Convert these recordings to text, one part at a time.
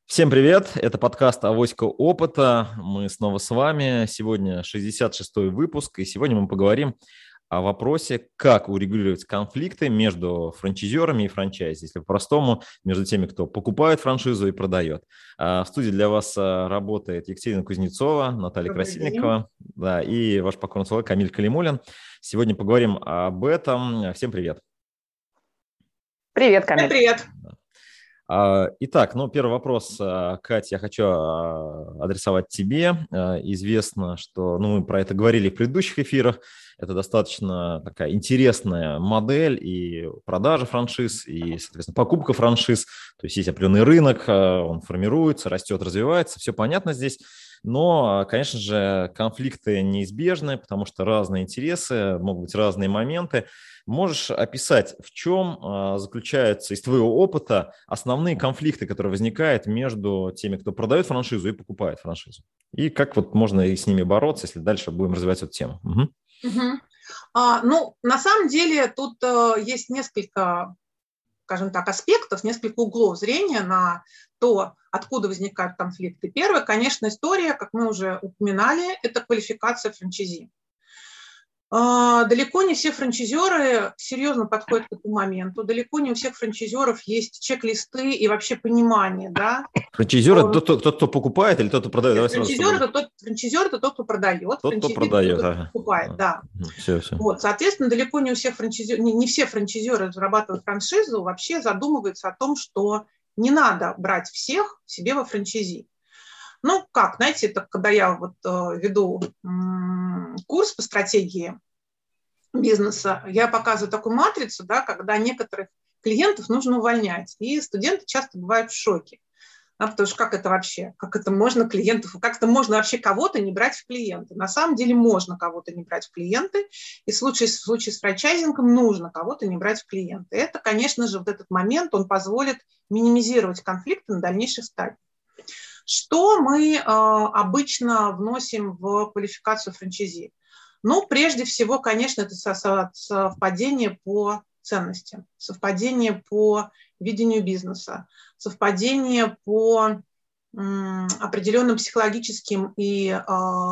Всем привет! Это подкаст «Авоська опыта». Мы снова с вами. Сегодня 66-й выпуск, и сегодня мы поговорим о вопросе, как урегулировать конфликты между франчайзерами и франчайзи, если по-простому, между теми, кто покупает франшизу и продает. В студии для вас работает Екатерина Кузнецова, Наталья Добрый Красильникова, да, и ваш покорный слуга Камиль Калимуллин. Сегодня поговорим об этом. Всем привет! Привет, Камиль. Привет. Итак, первый вопрос, Катя, я хочу адресовать тебе. Известно, что мы про это говорили в предыдущих эфирах. Это достаточно такая интересная модель и продажа франшиз, и, соответственно, покупка франшиз. То есть есть определенный рынок, он формируется, растет, развивается, все понятно здесь. Но, конечно же, конфликты неизбежны, потому что разные интересы, могут быть разные моменты. Можешь описать, в чем заключаются из твоего опыта основные конфликты, которые возникают между теми, кто продает франшизу и покупает франшизу? И как можно с ними бороться, если дальше будем развивать эту тему? На самом деле тут есть несколько, скажем так, аспектов, несколько углов зрения на то, откуда возникают конфликты. Первое, конечно, история, как мы уже упоминали, это квалификация франчайзи. Далеко не все франчайзеры серьезно подходят к этому моменту. Далеко не у всех франчайзеров есть чек-листы и вообще понимание, да. Франчайзер – это тот, кто покупает, или тот, кто продает? Франчайзер – это тот, кто продает. Тот, кто продает, тот, кто покупает, да. Все. Соответственно, далеко не у всех не все франчайзеры, разрабатывая франшизу, вообще задумываются о том, что не надо брать всех себе во франчайзи. Знаете, это когда я веду курс по стратегии бизнеса, я показываю такую матрицу, да, когда некоторых клиентов нужно увольнять, и студенты часто бывают в шоке. Потому что как это можно вообще кого-то не брать в клиенты? На самом деле можно кого-то не брать в клиенты, и в случае с франчайзингом нужно кого-то не брать в клиенты. Это, конечно же, этот момент, он позволит минимизировать конфликты на дальнейших стадиях. Что мы обычно вносим в квалификацию франчайзи? Прежде всего, конечно, это совпадение по ценностям, совпадение по видению бизнеса, совпадение по определенным психологическим и...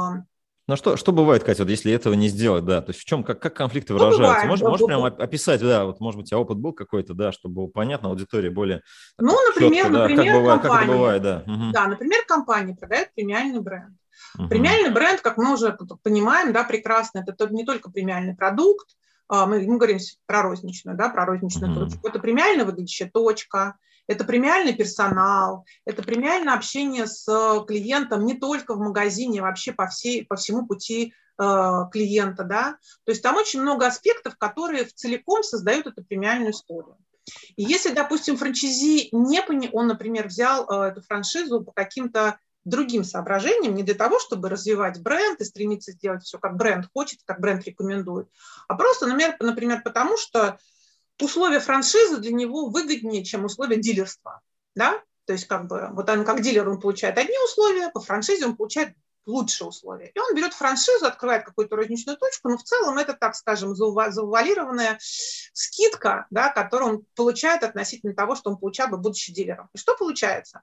Что бывает, Катя, если этого не сделать, да? То есть как конфликты выражаются? Можешь прямо описать, да, может быть, у тебя опыт был какой-то, да, чтобы было понятно аудитории более например, четко, да, компания, как это бывает, да. Да, например, компания продает премиальный бренд. Премиальный бренд, как мы уже понимаем, да, прекрасно, это не только премиальный продукт, мы говорим про розничную точку. Это премиально выглядящая точка, это премиальный персонал, это премиальное общение с клиентом не только в магазине, вообще по всему пути клиента. Да? То есть там очень много аспектов, которые целиком создают эту премиальную историю. И если, допустим, франчайзи он, например, взял эту франшизу по каким-то другим соображениям, не для того, чтобы развивать бренд и стремиться сделать все, как бренд хочет, как бренд рекомендует, а просто, например, потому что условия франшизы для него выгоднее, чем условия дилерства. Да? То есть он как дилер он получает одни условия, по франшизе он получает лучшие условия. И он берет франшизу, открывает какую-то розничную точку, но в целом это, так скажем, завуалированная скидка, да, которую он получает относительно того, что он получал бы, будучи дилером. И что получается?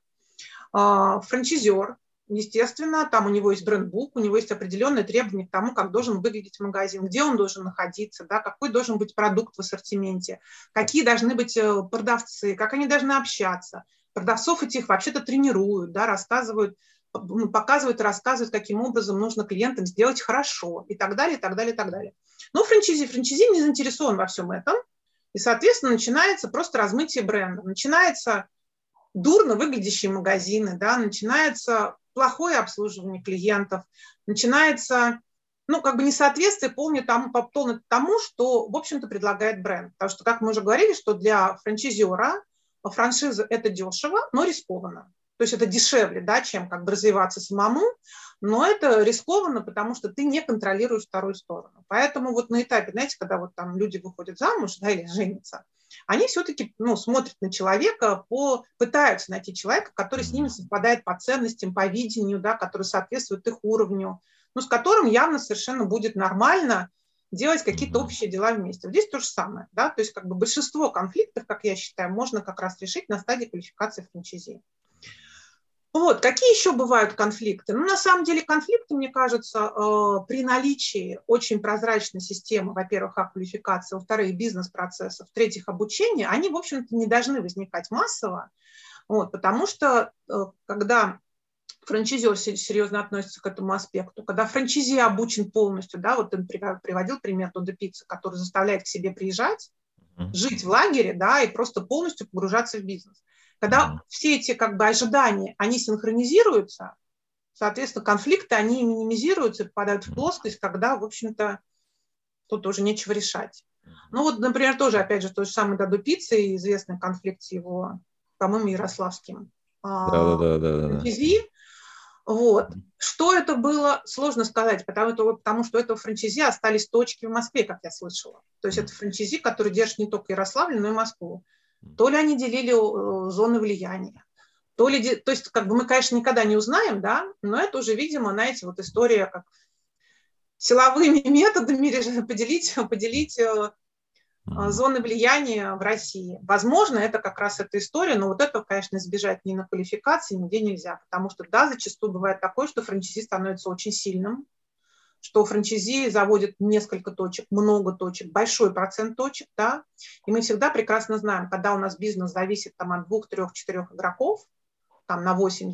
Франчайзер, естественно, там у него есть брендбук, у него есть определенные требования к тому, как должен выглядеть магазин, где он должен находиться, да, какой должен быть продукт в ассортименте, какие должны быть продавцы, как они должны общаться. Продавцов этих вообще-то тренируют, да, показывают и рассказывают, каким образом нужно клиентам сделать хорошо и так далее, и так далее, и так далее. Но франчайзи не заинтересован во всем этом, и, соответственно, начинается просто размытие бренда, начинается дурно выглядящие магазины, да, начинается плохое обслуживание клиентов, начинается, несоответствие полное тому, что, в общем-то, предлагает бренд. Потому что, как мы уже говорили, что для франчайзера франшиза – это дешево, но рискованно. То есть это дешевле, да, чем развиваться самому, но это рискованно, потому что ты не контролируешь вторую сторону. Поэтому на этапе, знаете, когда там люди выходят замуж, да, или женятся, они все-таки смотрят на человека, пытаются найти человека, который с ними совпадает по ценностям, по видению, да, который соответствует их уровню, с которым явно совершенно будет нормально делать какие-то общие дела вместе. Здесь то же самое. Да? То есть большинство конфликтов, как я считаю, можно как раз решить на стадии квалификации франчайзи. Вот, какие еще бывают конфликты? Ну, на самом деле конфликты, мне кажется, при наличии очень прозрачной системы, во-первых, квалификации, во-вторых, бизнес-процессов, в-третьих, обучения, они, в общем-то, не должны возникать массово, вот, потому что когда франчайзер серьезно относится к этому аспекту, когда франчайзи обучен полностью, да, вот ты приводил пример Додо Пиццы, который заставляет к себе приезжать, жить в лагере, да, и просто полностью погружаться в бизнес. Когда все эти как бы ожидания, они синхронизируются, соответственно, конфликты, они минимизируются, попадают в плоскость, когда, в общем-то, тут уже нечего решать. Ну вот, например, тоже, опять же, тот же самый Додо Пиццы, известный конфликт с его, по-моему, ярославским франчайзи. Вот. Что это было, сложно сказать, потому что у этого франчайзи остались точки в Москве, как я слышала. То есть это франчайзи, который держит не только Ярославль, но и Москву. То ли они делили зоны влияния, то есть как бы мы, конечно, никогда не узнаем, да, но это уже, видимо, знаете, вот история, как силовыми методами поделить зоны влияния в России. Возможно, это как раз эта история, но вот этого, конечно, избежать ни на квалификации нигде нельзя, потому что, да, зачастую бывает такое, что франчайзи становится очень сильным, что франчайзи заводит несколько точек, много точек, большой процент точек, да, и мы всегда прекрасно знаем, когда у нас бизнес зависит там от 2, 3, 4 игроков, там на 80-90%,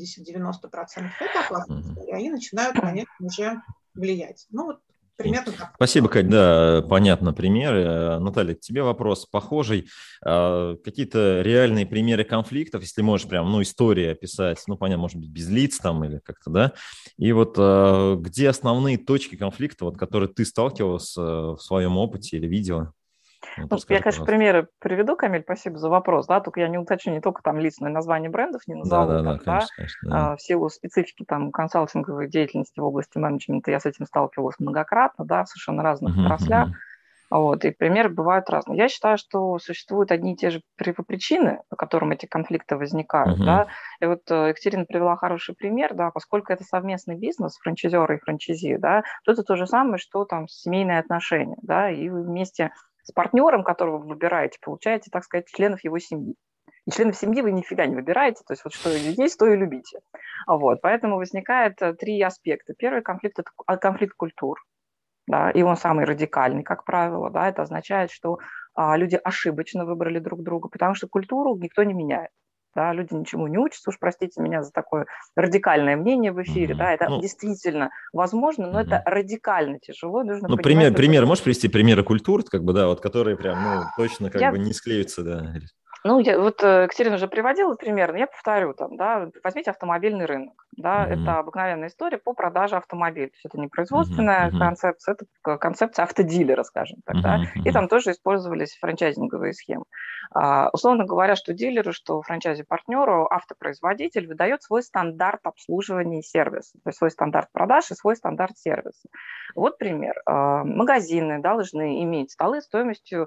это опасная история, они начинают, конечно, уже влиять. Ну, вот примерно так. Спасибо, Кать, да, понятно примеры. Наталья, к тебе вопрос похожий. Какие-то реальные примеры конфликтов, если можешь прям, ну, истории описать, ну, понятно, может быть, без лиц там или как-то, да? И вот где основные точки конфликта, вот, которые ты сталкивался в своем опыте или видела? Ну, я, конечно, примеры приведу, Камиль, спасибо за вопрос, да, только я не уточню не только там лиц, но и название брендов не назову, да, там, конечно, да. В силу специфики там консалтинговой деятельности в области менеджмента я с этим сталкивалась многократно, да, в совершенно разных отраслях, вот, и примеры бывают разные. Я считаю, что существуют одни и те же причины, по которым эти конфликты возникают, да, и вот Екатерина привела хороший пример, да, поскольку это совместный бизнес, франчайзеры и франчайзи, да, то это то же самое, что там семейные отношения, да, и вы вместе с партнером, которого вы выбираете, получаете, так сказать, членов его семьи. И членов семьи вы нифига не выбираете, то есть вот что есть, то и любите. Вот, поэтому возникает три аспекта. Первый конфликт – это конфликт культур, да, и он самый радикальный, как правило, да, это означает, что люди ошибочно выбрали друг друга, потому что культуру никто не меняет. Да, люди ничему не учатся, уж простите меня за такое радикальное мнение в эфире, да, это действительно возможно, но это радикально тяжело, нужно понимать. Пример, можешь привести примеры культур, как бы, да, вот которые прям, ну, точно как бы не склеются, да? Ну, вот Екатерина уже приводила пример, но я повторю, там, да, возьмите автомобильный рынок, да, это обыкновенная история по продаже автомобилей, то есть это не производственная концепция, это концепция автодилера, скажем так, да, и там тоже использовались франчайзинговые схемы. Условно говоря, что дилеру, что франчайзи-партнеру автопроизводитель выдает свой стандарт обслуживания и сервиса, то есть свой стандарт продаж и свой стандарт сервиса. Вот пример. Магазины должны иметь столы стоимостью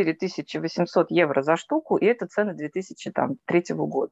4800 евро за штуку, и это цены 2003 года.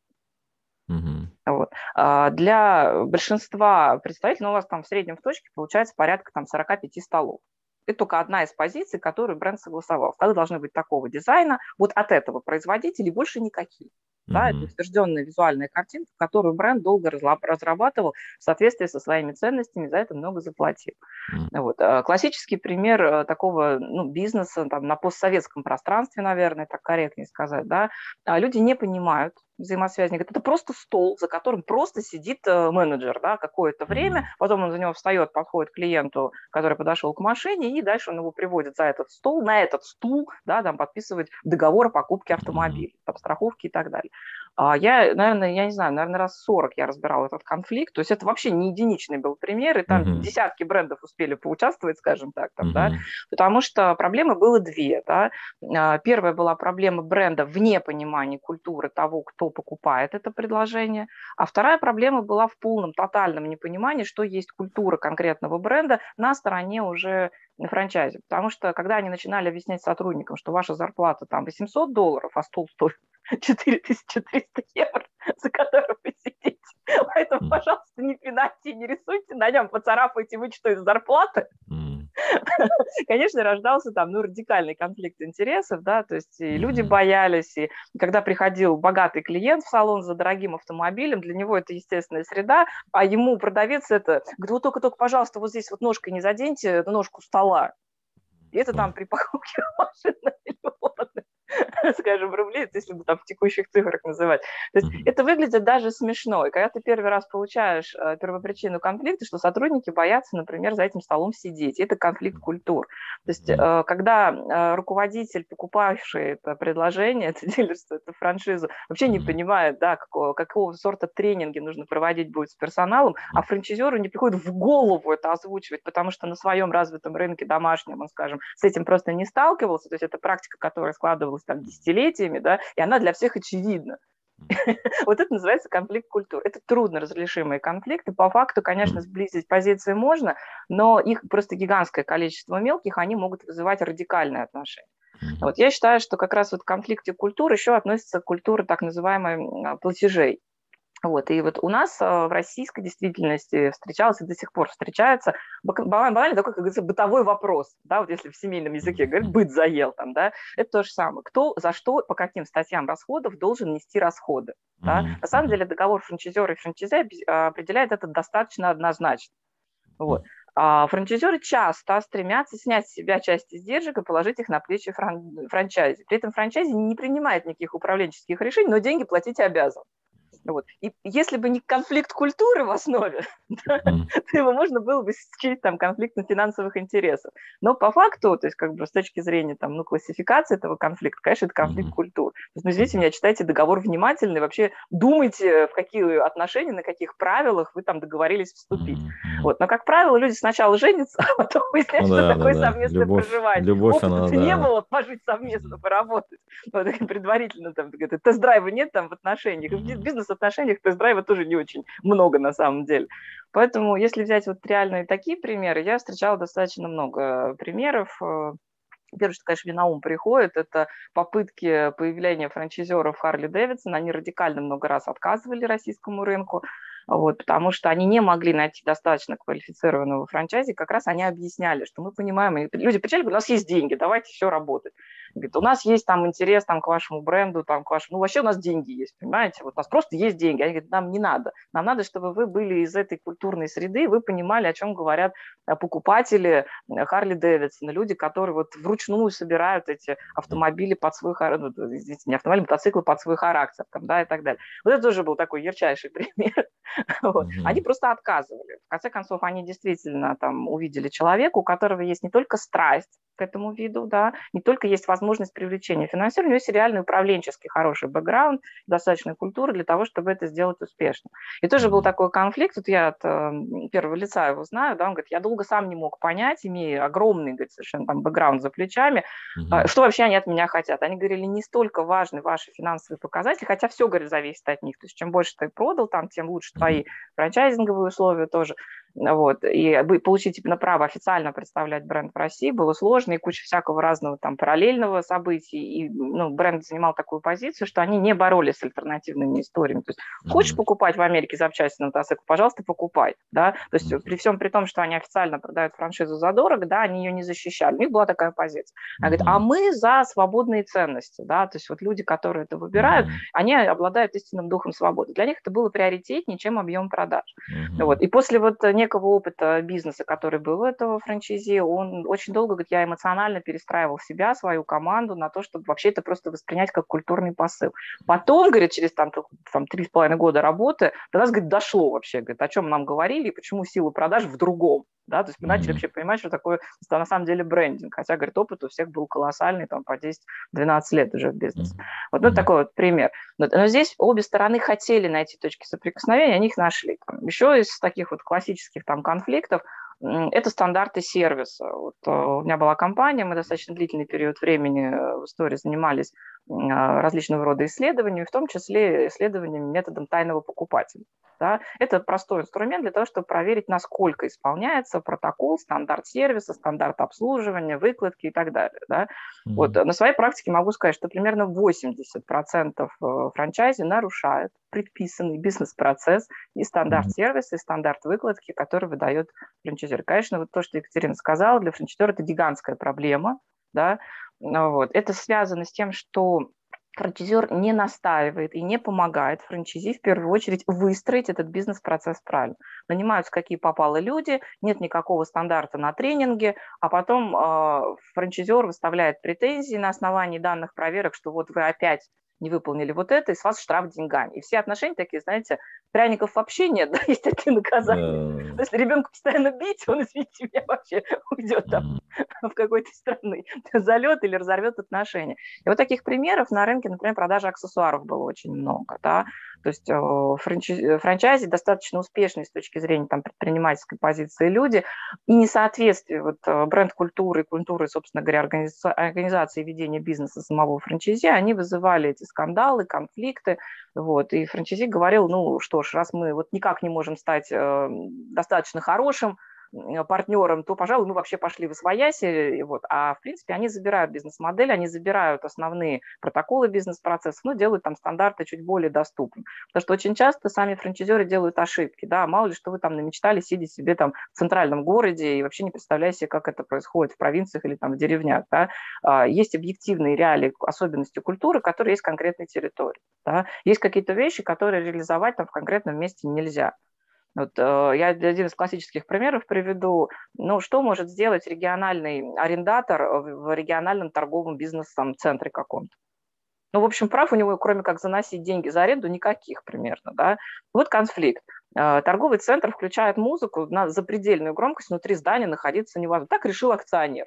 Вот. Для большинства представителей, ну, у вас там в среднем в точке получается порядка там, 45 столов. Это только одна из позиций, которую бренд согласовал. Столы должны быть такого дизайна, вот от этого производителя, и больше никаких. Да, это утвержденная визуальная картинка, которую бренд долго разрабатывал в соответствии со своими ценностями, за это много заплатил. Вот. Классический пример такого бизнеса там, на постсоветском пространстве, наверное, так корректнее сказать, да, люди не понимают взаимосвязи, говорят, это просто стол, за которым просто сидит менеджер, да, какое-то время, потом он за него встает, подходит к клиенту, который подошел к машине, и дальше он его приводит за этот стол, на этот стул, да, там подписывать договор о покупке автомобиля, там, страховки и так далее. Я не знаю, наверное, раз 40 я разбирала этот конфликт, то есть это вообще не единичный был пример, и там десятки брендов успели поучаствовать, скажем так, там, да, потому что проблемы было две, да. Первая была проблема бренда в непонимании культуры того, кто покупает это предложение, а вторая проблема была в полном, тотальном непонимании, что есть культура конкретного бренда на стороне уже франчайзи, потому что когда они начинали объяснять сотрудникам, что ваша зарплата там $800, а стол стоит 4300 евро, за которым вы сидите. Поэтому, пожалуйста, не пинайте, не рисуйте на нем, поцарапайте, вычту из зарплаты. конечно, рождался там, ну, радикальный конфликт интересов, да, то есть и люди боялись, и когда приходил богатый клиент в салон за дорогим автомобилем, для него это естественная среда, а ему продавец это, говорит, вот только, пожалуйста, вот здесь вот ножкой не заденьте ножку стола. И это там при покупке машины на миллионы, скажем, рублей, если бы там в текущих цифрах называть. То есть это выглядит даже смешно. И когда ты первый раз получаешь первопричину конфликта, что сотрудники боятся, например, за этим столом сидеть. И это конфликт культур. То есть когда руководитель, покупавший это предложение, это дилерство, это франшизу, вообще не понимает, да, какого сорта тренинги нужно проводить будет с персоналом, а франчайзеру не приходит в голову это озвучивать, потому что на своем развитом рынке домашнем, он, скажем, с этим просто не сталкивался. То есть это практика, которая складывалась там десятилетиями, да, и она для всех очевидна. Вот это называется конфликт культур. Это трудно разрешимые конфликты. По факту, конечно, сблизить позиции можно, но их просто гигантское количество мелких, они могут вызывать радикальные отношения. Вот я считаю, что как раз вот к конфликту культур еще относится культура так называемой платежей. Вот. И вот у нас в российской действительности встречалось и до сих пор встречается банально такой, как говорится, бытовой вопрос, да, вот если в семейном языке говорят, быт заел там, да, это то же самое. Кто за что, по каким статьям расходов должен нести расходы, да? На самом деле договор франчайзера и франчайзи определяет это достаточно однозначно. Вот. А франчайзеры часто стремятся снять с себя часть издержек и положить их на плечи франчайзи. При этом франчайзи не принимает никаких управленческих решений, но деньги платить обязан. Вот. И если бы не конфликт культуры в основе, да, то его можно было бы счесть там конфликтом финансовых интересов. Но по факту, то есть как бы с точки зрения там, ну, классификации этого конфликта, конечно, это конфликт культур. То есть, ну, извините меня, читайте договор внимательно и вообще думайте, в какие отношения, на каких правилах вы там договорились вступить. Вот. Но, как правило, люди сначала женятся, а потом выясняют, что такое совместное проживание. Опыта не было пожить совместно, поработать. Вот, предварительно там тест-драйва нет там в отношениях. И в бизнес-отношениях тест-драйва тоже не очень много на самом деле. Поэтому, если взять вот реальные такие примеры, я встречала достаточно много примеров. Первое, что, конечно, мне на ум приходит, это попытки появления франчайзеров Harley Davidson. Они радикально много раз отказывали российскому рынку, вот, потому что они не могли найти достаточно квалифицированного франчайзи. Как раз они объясняли, что мы понимаем, и люди приезжали, говорят, у нас есть деньги, давайте все работать. Говорит, у нас есть там интерес там, к вашему бренду, там, к вашему... Ну, вообще у нас деньги есть, понимаете? Вот у нас просто есть деньги. Они говорят, нам не надо. Нам надо, чтобы вы были из этой культурной среды, вы понимали, о чем говорят покупатели Harley Davidson, люди, которые вот вручную собирают эти автомобили под свой характер, ну, извините, не автомобили, мотоциклы под свой характер, там, да, и так далее. Вот это тоже был такой ярчайший пример. Вот. Они просто отказывали. В конце концов, они действительно там увидели человека, у которого есть не только страсть к этому виду, да, не только есть возможность привлечения финансирования, но есть и реальный управленческий хороший бэкграунд, достаточная культура для того, чтобы это сделать успешно. И тоже был такой конфликт, вот я от первого лица его знаю, да, он говорит, я долго сам не мог понять, имея огромный, говорит, совершенно там бэкграунд за плечами, что вообще они от меня хотят. Они говорили, не столько важны ваши финансовые показатели, хотя все, говорит, зависит от них. То есть чем больше ты продал, там, тем лучше твои франчайзинговые условия тоже. Вот. И получить именно право официально представлять бренд в России было сложно, и куча всякого разного там параллельного событий. И ну, бренд занимал такую позицию, что они не боролись с альтернативными историями. То есть хочешь покупать в Америке запчасти на мотоцикл, пожалуйста, покупай. Да? То есть при всем при том, что они официально продают франшизу задорого, да, они ее не защищали. У них была такая позиция. Она говорит, а мы за свободные ценности. Да? То есть вот люди, которые это выбирают, они обладают истинным духом свободы. Для них это было приоритетнее, чем объем продаж. Вот. И после вот некого опыта бизнеса, который был у этого франчайзи, он очень долго, говорит, я эмоционально перестраивал себя, свою команду на то, чтобы вообще это просто воспринять как культурный посыл. Потом, говорит, через там 3,5 года работы до нас, говорит, дошло вообще, говорит, о чем нам говорили и почему сила продаж в другом. Да? То есть мы начали вообще понимать, что такое на самом деле брендинг. Хотя, говорит, опыт у всех был колоссальный, там, по 10-12 лет уже в бизнесе. Вот ну, такой вот пример. Но здесь обе стороны хотели найти точки соприкосновения, они их нашли. Еще из таких вот классических там конфликтов это стандарты сервиса. Вот, у меня была компания, мы достаточно длительный период времени в истории занимались различного рода исследованиями, в том числе исследованиями методом тайного покупателя. Да? Это простой инструмент для того, чтобы проверить, насколько исполняется протокол, стандарт сервиса, стандарт обслуживания, выкладки и так далее. Да? Вот. На своей практике могу сказать, что примерно 80% франчайзи нарушают предписанный бизнес-процесс и стандарт сервиса, и стандарт выкладки, который выдает франчайзер. Конечно, вот то, что Екатерина сказала, для франчайзера это гигантская проблема. Да? Вот. Это связано с тем, что франчайзер не настаивает и не помогает франчайзи в первую очередь выстроить этот бизнес-процесс правильно. Нанимаются какие попало люди, нет никакого стандарта на тренинге, а потом франчайзер выставляет претензии на основании данных проверок, что вот вы опять не выполнили вот это, и с вас штраф деньгами. И все отношения такие, знаете, пряников вообще нет, да, есть такие наказания. Если ребенка постоянно бить, он, извините меня, вообще уйдет там в какой-то страны, залет или разорвет отношения. И вот таких примеров на рынке, например, продажи аксессуаров было очень много, да. То есть франчайзи достаточно успешные с точки зрения там, предпринимательской позиции люди, и несоответствие вот, бренд-культуры и культуры, собственно говоря, организации ведения бизнеса самого франчайзи, они вызывали эти скандалы, конфликты. Вот. И франчайзи говорил, ну что ж, раз мы вот никак не можем стать достаточно хорошим партнером, то, пожалуй, мы вообще пошли восвояси. Вот. А в принципе они забирают бизнес-модель, они забирают основные протоколы бизнес-процессов, но делают там стандарты чуть более доступны. Потому что очень часто сами франчайзеры делают ошибки. Да? Мало ли, что вы там намечтали, сидя себе там в центральном городе и вообще не представляя себе, как это происходит в провинциях или там в деревнях. Да? Есть объективные реалии, особенности культуры, которые есть в конкретной территории. Да? Есть какие-то вещи, которые реализовать там в конкретном месте нельзя. Вот, я один из классических примеров приведу. Ну, что может сделать региональный арендатор в региональном торговом бизнес-центре каком-то? Ну, в общем, прав у него, кроме как заносить деньги за аренду, никаких примерно. Да? Вот конфликт. Торговый центр включает музыку на запредельную громкость, внутри здания находиться невозможно. Так решил акционер.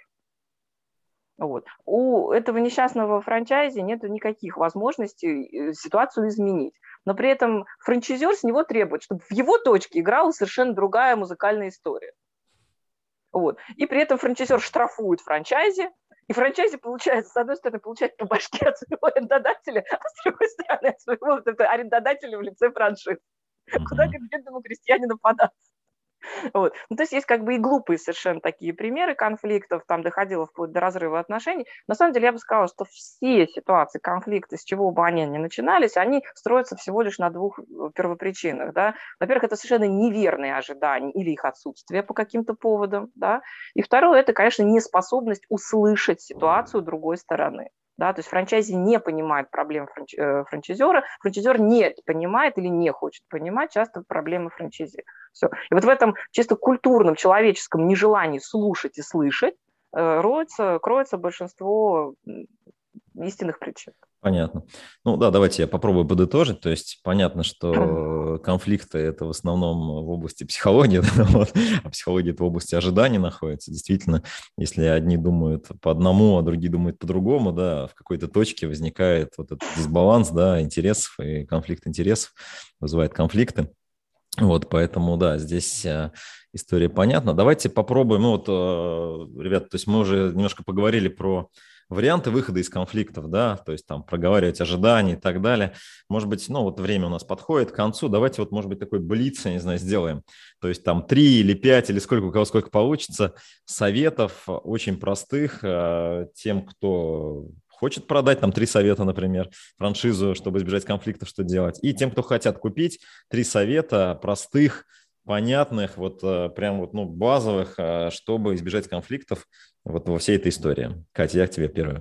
Вот. У этого несчастного франчайзи нет никаких возможностей ситуацию изменить. Но при этом франчайзер с него требует, чтобы в его точке играла совершенно другая музыкальная история. Вот. И при этом франчайзер штрафует франчайзи, и франчайзи, получается, с одной стороны, получает по башке от своего арендодателя, а с другой стороны, от своего арендодателя в лице франшизы. Куда к бедному крестьянину податься? Вот. Ну, то есть есть как бы и глупые совершенно такие примеры конфликтов, там доходило вплоть до разрыва отношений. На самом деле я бы сказала, что все ситуации конфликта, с чего бы они ни начинались, они строятся всего лишь на двух первопричинах. Да? Во-первых, это совершенно неверные ожидания или их отсутствие по каким-то поводам. Да? И второе, это, конечно, неспособность услышать ситуацию другой стороны. Да, то есть франчайзи не понимает проблем франчайзера, франчайзер не понимает или не хочет понимать часто проблемы франчайзи. Все. И вот в этом чисто культурном, человеческом нежелании слушать и слышать кроется большинство истинных причин. Понятно. Ну да, давайте я попробую подытожить. То есть понятно, что конфликты – это в основном в области психологии, вот, а психология – это в области ожиданий находится. Действительно, если одни думают по одному, а другие думают по-другому, да, в какой-то точке возникает вот этот дисбаланс, да, интересов, и конфликт интересов вызывает конфликты. Вот, поэтому, да, здесь история понятна. Давайте попробуем, ну вот, ребята, то есть мы уже немножко поговорили про варианты выхода из конфликтов, да, то есть там проговаривать ожидания и так далее. Может быть, ну вот время у нас подходит к концу, давайте вот, может быть, такой блиц, я не знаю, сделаем. То есть там 3 или 5 или сколько, у кого сколько получится, советов очень простых тем, кто хочет продать, там 3 совета, например, франшизу, чтобы избежать конфликтов, что делать. И тем, кто хотят купить, 3 совета простых, понятных, вот прям вот, ну, базовых, чтобы избежать конфликтов вот во всей этой истории. Катя, я к тебе первая.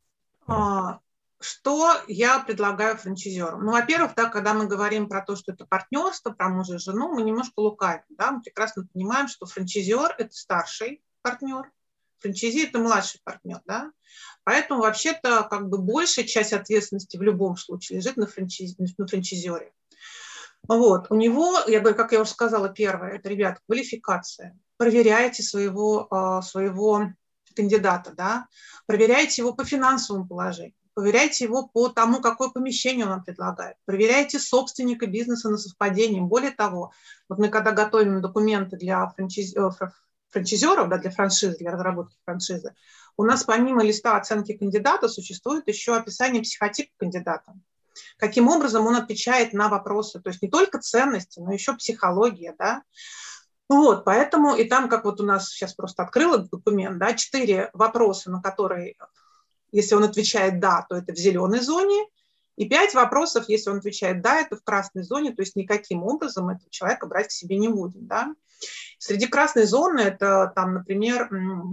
Что я предлагаю франчайзерам? Ну, во-первых, да, когда мы говорим про то, что это партнерство, про мужа и жену, мы немножко лукавим. Да? Мы прекрасно понимаем, что франчайзер – это старший партнер, франчайзи – это младший партнер. Да? Поэтому вообще-то как бы большая часть ответственности в любом случае лежит на франчайзере. Вот. У него, я говорю, как я уже сказала, первое, это, ребят, квалификация. Проверяйте своего кандидата, да? Проверяйте его по финансовому положению, проверяйте его по тому, какое помещение он вам предлагает, проверяйте собственника бизнеса на совпадение. Более того, вот мы когда готовим документы для франчайзеров, да, для франшизы, для разработки франшизы, у нас помимо листа оценки кандидата существует еще описание психотипа кандидата. Каким образом он отвечает на вопросы, то есть не только ценности, но еще психология, да. Вот, поэтому и там, как вот у нас сейчас просто открыла документ, да, 4 вопроса, на которые, если он отвечает «да», то это в зеленой зоне, и 5 вопросов, если он отвечает «да», это в красной зоне, то есть никаким образом этого человека брать к себе не будем, да. Среди красной зоны это там, например,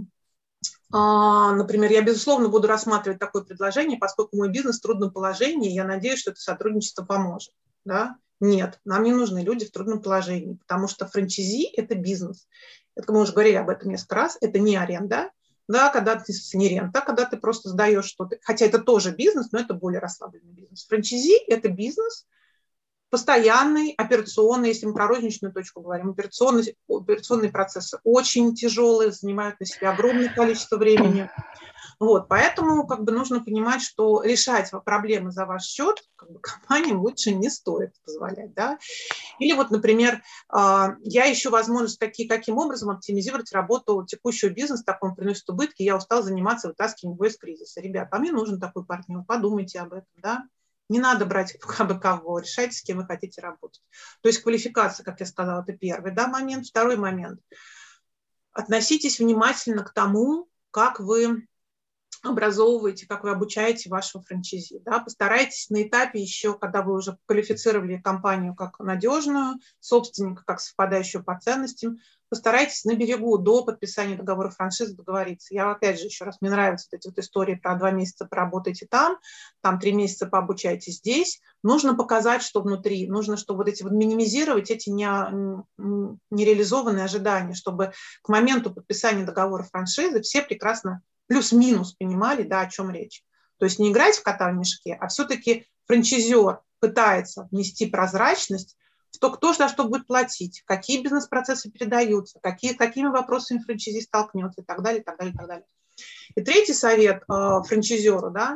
я, безусловно, буду рассматривать такое предложение, поскольку мой бизнес в трудном положении, я надеюсь, что это сотрудничество поможет, да. Нет, нам не нужны люди в трудном положении, потому что франчайзи – это бизнес. Это мы уже говорили об этом несколько раз, это не аренда, да, когда ты не рента, когда ты просто сдаешь что-то, хотя это тоже бизнес, но это более расслабленный бизнес. Франчайзи – это бизнес постоянный, операционный, если мы про розничную точку говорим, операционные процессы очень тяжелые, занимают на себя огромное количество времени. Вот, поэтому как бы нужно понимать, что решать проблемы за ваш счет как бы компаниям лучше не стоит позволять. Да? Или вот, например, я ищу возможность, каким образом оптимизировать работу текущего бизнеса, так он приносит убытки, я устал заниматься вытаскиванием его из кризиса. Ребята, а мне нужен такой партнер, подумайте об этом. Да? Не надо брать кого, решайте, с кем вы хотите работать. То есть квалификация, как я сказала, это первый, да, момент. Второй момент. Относитесь внимательно к тому, как вы образовываете, как вы обучаете вашего франчайзи. Да? Постарайтесь на этапе еще, когда вы уже квалифицировали компанию как надежную, собственника как совпадающую по ценностям, постарайтесь на берегу до подписания договора франшизы договориться. Я, опять же, еще раз, мне нравятся вот эти вот истории про 2 месяца поработайте там 3 месяца пообучайте здесь. Нужно показать, что внутри, нужно, чтобы вот эти вот минимизировать эти нереализованные ожидания, чтобы к моменту подписания договора франшизы все прекрасно плюс-минус понимали, да, о чем речь. То есть не играть в кота в мешке, а все-таки франчайзер пытается внести прозрачность в то, кто за что будет платить, какие бизнес-процессы передаются, какими вопросами франчайзи столкнется и так далее, и так далее, и так далее. И третий совет франчайзеру, да,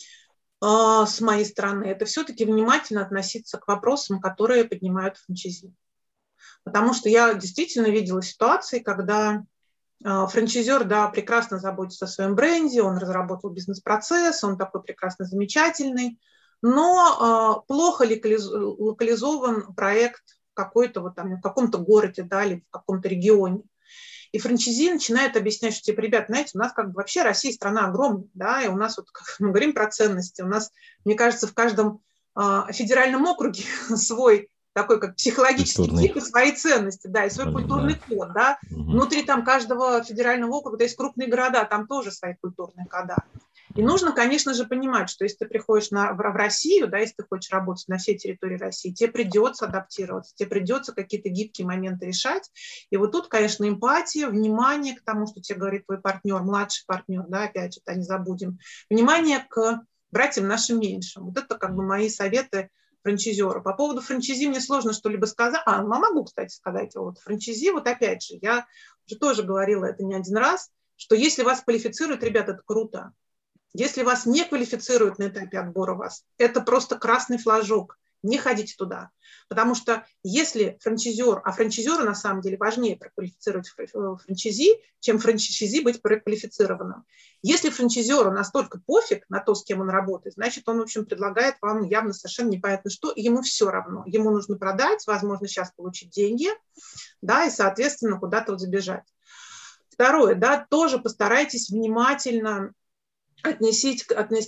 с моей стороны, это все-таки внимательно относиться к вопросам, которые поднимают франчайзи. Потому что я действительно видела ситуации, когда франчайзер, да, прекрасно заботится о своем бренде, он разработал бизнес-процесс, он такой прекрасно замечательный, но плохо локализован проект какой-то вот там в каком-то городе, да, или в каком-то регионе. И франчайзи начинают объяснять, что, типа, ребят, знаете, у нас как бы вообще Россия страна огромная, да, и у нас вот, как мы говорим про ценности, у нас, мне кажется, в каждом федеральном округе свой такой как психологический тип и свои ценности, да, и свой культурный код, да. Внутри там каждого федерального округа, да, есть крупные города, там тоже свои культурные кода. И нужно, конечно же, понимать, что если ты приходишь в Россию, да, если ты хочешь работать на всей территории России, тебе придется адаптироваться, тебе придется какие-то гибкие моменты решать. И вот тут, конечно, эмпатия, внимание к тому, что тебе говорит твой партнер, младший партнер, да, опять же, не забудем. Внимание к братьям нашим меньшим. Вот это как бы мои советы франчайзеру. По поводу франчайзи мне сложно что-либо сказать. Могу, кстати, сказать. Вот франчайзи, вот опять же, я уже тоже говорила это не один раз, что если вас квалифицируют, ребята, это круто. Если вас не квалифицируют на этапе отбора вас, это просто красный флажок. Не ходите туда. Потому что если франчайзеру на самом деле важнее проквалифицировать франчайзи, чем франчайзи быть проквалифицированным. Если франчайзеру настолько пофиг на то, с кем он работает, значит, он, в общем, предлагает вам явно совершенно непонятно что, и ему все равно. Ему нужно продать, возможно, сейчас получить деньги, да, и, соответственно, куда-то вот забежать. Второе, да, тоже постарайтесь внимательно отнестись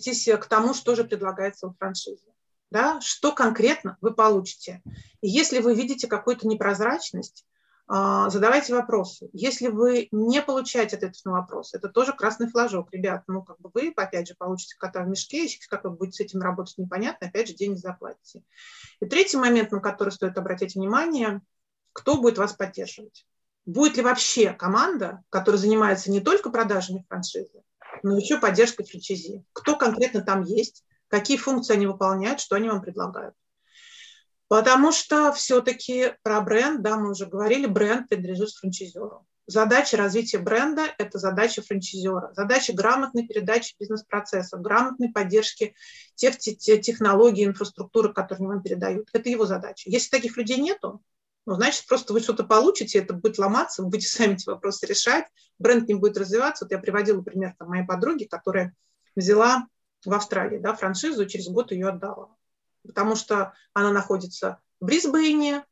к тому, что же предлагается в франшизе. Да, что конкретно вы получите. И если вы видите какую-то непрозрачность, задавайте вопросы. Если вы не получаете ответов на вопросы, это тоже красный флажок. Ребят, как бы вы, опять же, получите кота в мешке, если как вы будете с этим работать, непонятно, опять же, деньги заплатите. И третий момент, на который стоит обратить внимание, кто будет вас поддерживать. Будет ли вообще команда, которая занимается не только продажами франшизы, но еще поддержкой франчайзи. Кто конкретно там есть, какие функции они выполняют, что они вам предлагают. Потому что все-таки про бренд, да, мы уже говорили, бренд принадлежит франчайзеру. Задача развития бренда – это задача франчайзера. Задача грамотной передачи бизнес-процессов, грамотной поддержки тех технологий, инфраструктуры, которые вам передают. Это его задача. Если таких людей нету, ну, значит, просто вы что-то получите, это будет ломаться, вы будете сами эти вопросы решать, бренд не будет развиваться. Вот я приводила пример там, моей подруги, которая взяла в Австралии, да, франшизу, и через год ее отдала. Потому что она находится в Брисбене,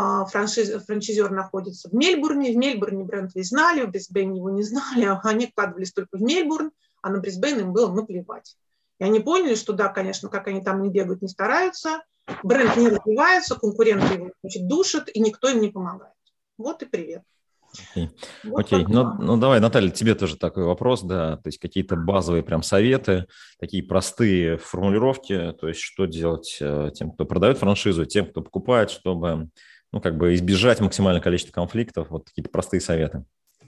франчайзер находится в Мельбурне бренд весь знали, в Брисбене его не знали, они вкладывались только в Мельбурн, а на Брисбен им было наплевать. И они поняли, что да, конечно, как они там не бегают, не стараются, бренд не развивается, конкуренты его, значит, душат, и никто им не помогает. Вот и привет. Окей. Вот Окей. Ну, давай, Наталья, тебе тоже такой вопрос, да, то есть какие-то базовые прям советы, такие простые формулировки, то есть что делать тем, кто продает франшизу, тем, кто покупает, чтобы, ну, как бы избежать максимальное количество конфликтов, вот какие-то простые советы.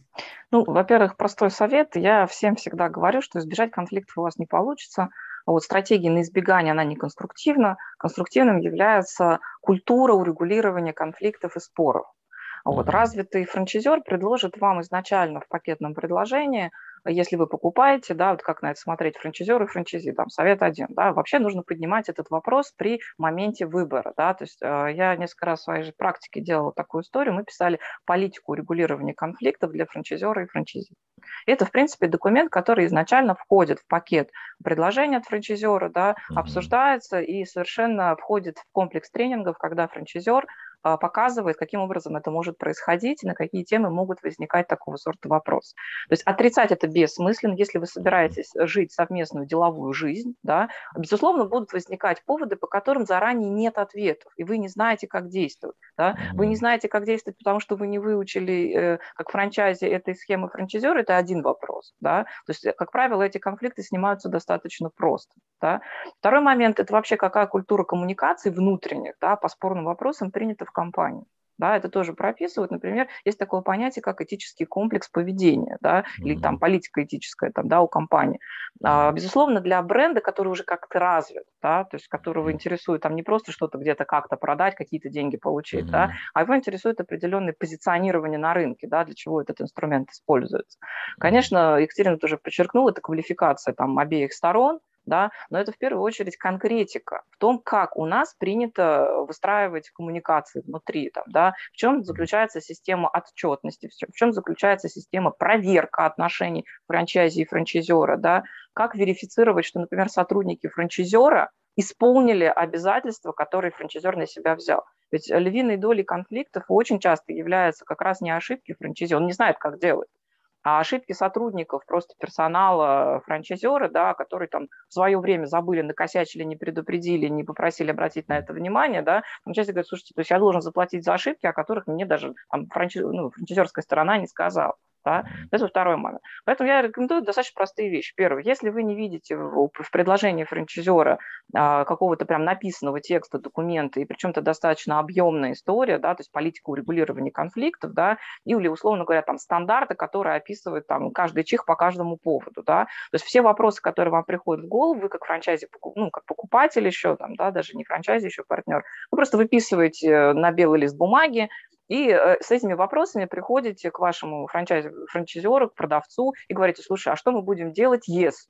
Ну, во-первых, простой совет. Я всем всегда говорю, что избежать конфликтов у вас не получится. Вот стратегия на избегание, она не конструктивна. Конструктивным является культура урегулирования конфликтов и споров. Вот, развитый франчайзер предложит вам изначально в пакетном предложении, если вы покупаете, да, вот как на это смотреть, франчайзер и франчайзи, там, совет один, да, вообще нужно поднимать этот вопрос при моменте выбора, да, то есть я несколько раз в своей же практике делала такую историю, мы писали политику урегулирования конфликтов для франчайзера и франчайзи. Это, в принципе, документ, который изначально входит в пакет предложений от франчайзера, да, обсуждается и совершенно входит в комплекс тренингов, когда франчайзер показывает, каким образом это может происходить и на какие темы могут возникать такого сорта вопросы. То есть отрицать это бессмысленно. Если вы собираетесь жить совместную деловую жизнь, да, безусловно, будут возникать поводы, по которым заранее нет ответов, и вы не знаете, как действовать. Да. Вы не знаете, как действовать, потому что вы не выучили, как франчайзи, этой схемы франчайзера, это один вопрос. Да. То есть, как правило, эти конфликты снимаются достаточно просто. Да. Второй момент – это вообще какая культура коммуникации внутренних, да, по спорным вопросам принята в компании. Да, это тоже прописывают. Например, есть такое понятие, как этический комплекс поведения, да, или там политика этическая там, да, у компании. Безусловно, для бренда, который уже как-то развит, да, то есть которого интересует там не просто что-то где-то как-то продать, какие-то деньги получить, да, а его интересует определенное позиционирование на рынке, да, для чего этот инструмент используется. Конечно, Екатерина тоже подчеркнула, это квалификация там обеих сторон, да, но это в первую очередь конкретика в том, как у нас принято выстраивать коммуникации внутри, там, да, в чем заключается система отчетности, в чем заключается система проверка отношений франчайзи и франчайзера, да, как верифицировать, что, например, сотрудники франчайзера исполнили обязательства, которые франчайзер на себя взял. Ведь львиной долей конфликтов очень часто являются как раз не ошибки франчайзи, он не знает, как делать, а ошибки сотрудников, просто персонала франчайзера, да, которые там в свое время забыли, накосячили, не предупредили, не попросили обратить на это внимание, да, франчайзи говорит, слушайте, то есть я должен заплатить за ошибки, о которых мне даже там, франчайзерская сторона не сказала. Да? Это второй момент. Поэтому я рекомендую достаточно простые вещи. Первое, если вы не видите в предложении франчайзера какого-то прям написанного текста, документа, и причем это достаточно объемная история, да, то есть политика урегулирования конфликтов, да, или, условно говоря, там стандарты, которые описывают там каждый чих по каждому поводу, да, то есть все вопросы, которые вам приходят в голову, вы как франчайзи, ну, как покупатель еще, там, да, даже не франчайзи, еще партнер, вы просто выписываете на белый лист бумаги, и с этими вопросами приходите к вашему франчайзеру, к продавцу и говорите, слушай, а что мы будем делать, если?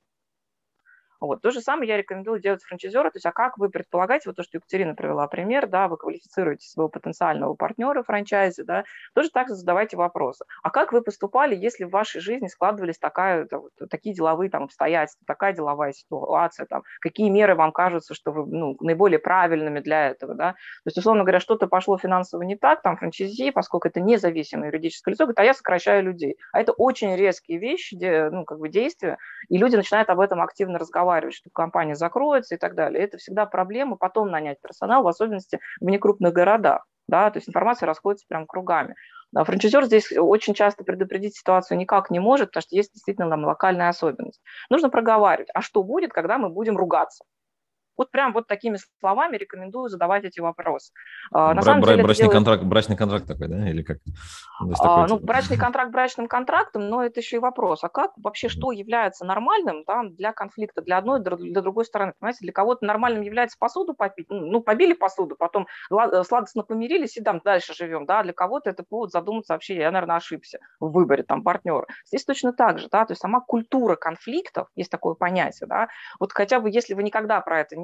Вот. То же самое я рекомендую делать франчайзеру, то есть, а как вы предполагаете, вот то, что Екатерина привела пример, да, вы квалифицируете своего потенциального партнера франчайзи, да, тоже так же задавайте вопросы. А как вы поступали, если в вашей жизни складывались такие деловые там, обстоятельства, такая деловая ситуация, там, какие меры вам кажутся, что вы, ну, наиболее правильными для этого, да? То есть, условно говоря, что-то пошло финансово не так, там, франчайзи, поскольку это независимое юридическое лицо, говорит, а я сокращаю людей. А это очень резкие вещи, ну, как бы действия, и люди начинают об этом активно разговаривать, что компания закроется и так далее. Это всегда проблема потом нанять персонал, в особенности в некрупных городах. Да? То есть информация расходится прям кругами. А франчайзер здесь очень часто предупредить ситуацию никак не может, потому что есть действительно там локальная особенность. Нужно проговаривать, а что будет, когда мы будем ругаться? Вот прям вот такими словами рекомендую задавать эти вопросы. На самом деле брачный контракт такой, да, или как? Ну, брачный контракт брачным контрактом, но это еще и вопрос. А как вообще, что является нормальным, да, для конфликта, для одной, для другой стороны? Понимаете, для кого-то нормальным является посуду попить, ну, побили посуду, потом сладостно помирились и там дальше живем, да, для кого-то это повод задуматься вообще, я, наверное, ошибся в выборе там партнера. Здесь точно так же, да, то есть сама культура конфликтов, есть такое понятие, да, вот хотя бы если вы никогда про это не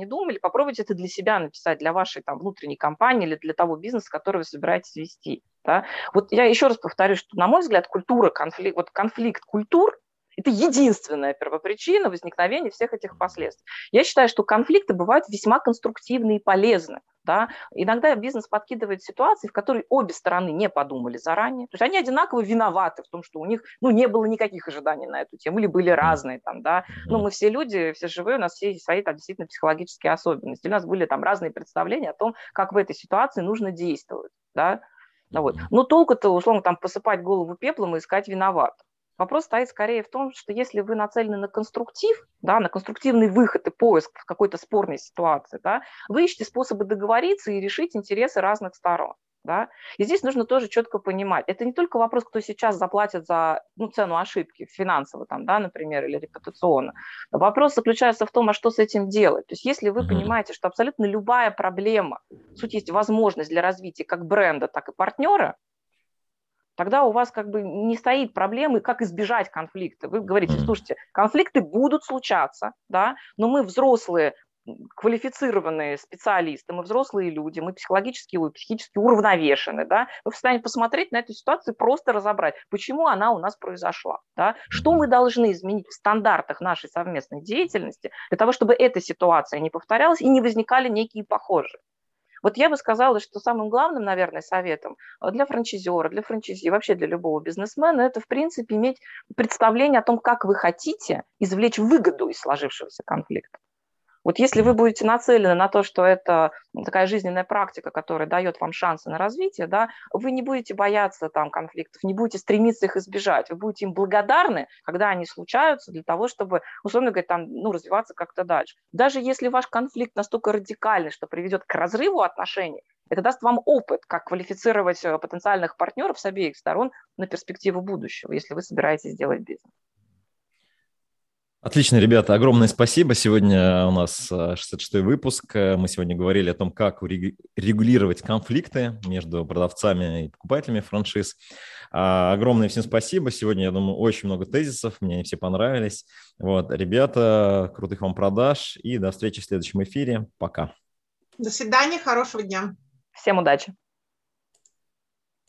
думали, попробуйте это для себя написать, для вашей там внутренней компании или для того бизнеса, который вы собираетесь вести. Да? Вот я еще раз повторю, что, на мой взгляд, конфликт культур – это единственная первопричина возникновения всех этих последствий. Я считаю, что конфликты бывают весьма конструктивны и полезны. Да? Иногда бизнес подкидывает ситуации, в которые обе стороны не подумали заранее. То есть они одинаково виноваты в том, что у них не было никаких ожиданий на эту тему, или были разные. Там, да? Мы все люди, все живые, у нас все есть свои там, действительно психологические особенности. У нас были там разные представления о том, как в этой ситуации нужно действовать. Да? Но толку-то, условно, там, посыпать голову пеплом и искать виноватых. Вопрос стоит скорее в том, что если вы нацелены на конструктив, да, на конструктивный выход и поиск в какой-то спорной ситуации, да, вы ищете способы договориться и решить интересы разных сторон. Да? И здесь нужно тоже четко понимать, это не только вопрос, кто сейчас заплатит за цену ошибки финансово, там, да, например, или репутационно. Вопрос заключается в том, а что с этим делать. То есть если вы понимаете, что абсолютно любая проблема, суть есть возможность для развития как бренда, так и партнера, тогда у вас как бы не стоит проблемы, как избежать конфликта. Вы говорите, слушайте, конфликты будут случаться, да, но мы взрослые, квалифицированные специалисты, мы взрослые люди, мы психически уравновешены, да, вы в состоянии посмотреть на эту ситуацию и просто разобрать, почему она у нас произошла, да, что мы должны изменить в стандартах нашей совместной деятельности для того, чтобы эта ситуация не повторялась и не возникали некие похожие. Вот я бы сказала, что самым главным, наверное, советом для франчайзера, для франчайзи, вообще для любого бизнесмена, это, в принципе, иметь представление о том, как вы хотите извлечь выгоду из сложившегося конфликта. Вот если вы будете нацелены на то, что это такая жизненная практика, которая дает вам шансы на развитие, да, вы не будете бояться там конфликтов, не будете стремиться их избежать, вы будете им благодарны, когда они случаются, для того, чтобы, условно говоря, там, развиваться как-то дальше. Даже если ваш конфликт настолько радикальный, что приведет к разрыву отношений, это даст вам опыт, как квалифицировать потенциальных партнеров с обеих сторон на перспективу будущего, если вы собираетесь делать бизнес. Отлично, ребята, огромное спасибо. Сегодня у нас 66-й выпуск. Мы сегодня говорили о том, как регулировать конфликты между продавцами и покупателями франшиз. Огромное всем спасибо. Сегодня, я думаю, очень много тезисов. Мне они все понравились. Ребята, крутых вам продаж и до встречи в следующем эфире. Пока. До свидания, хорошего дня. Всем удачи.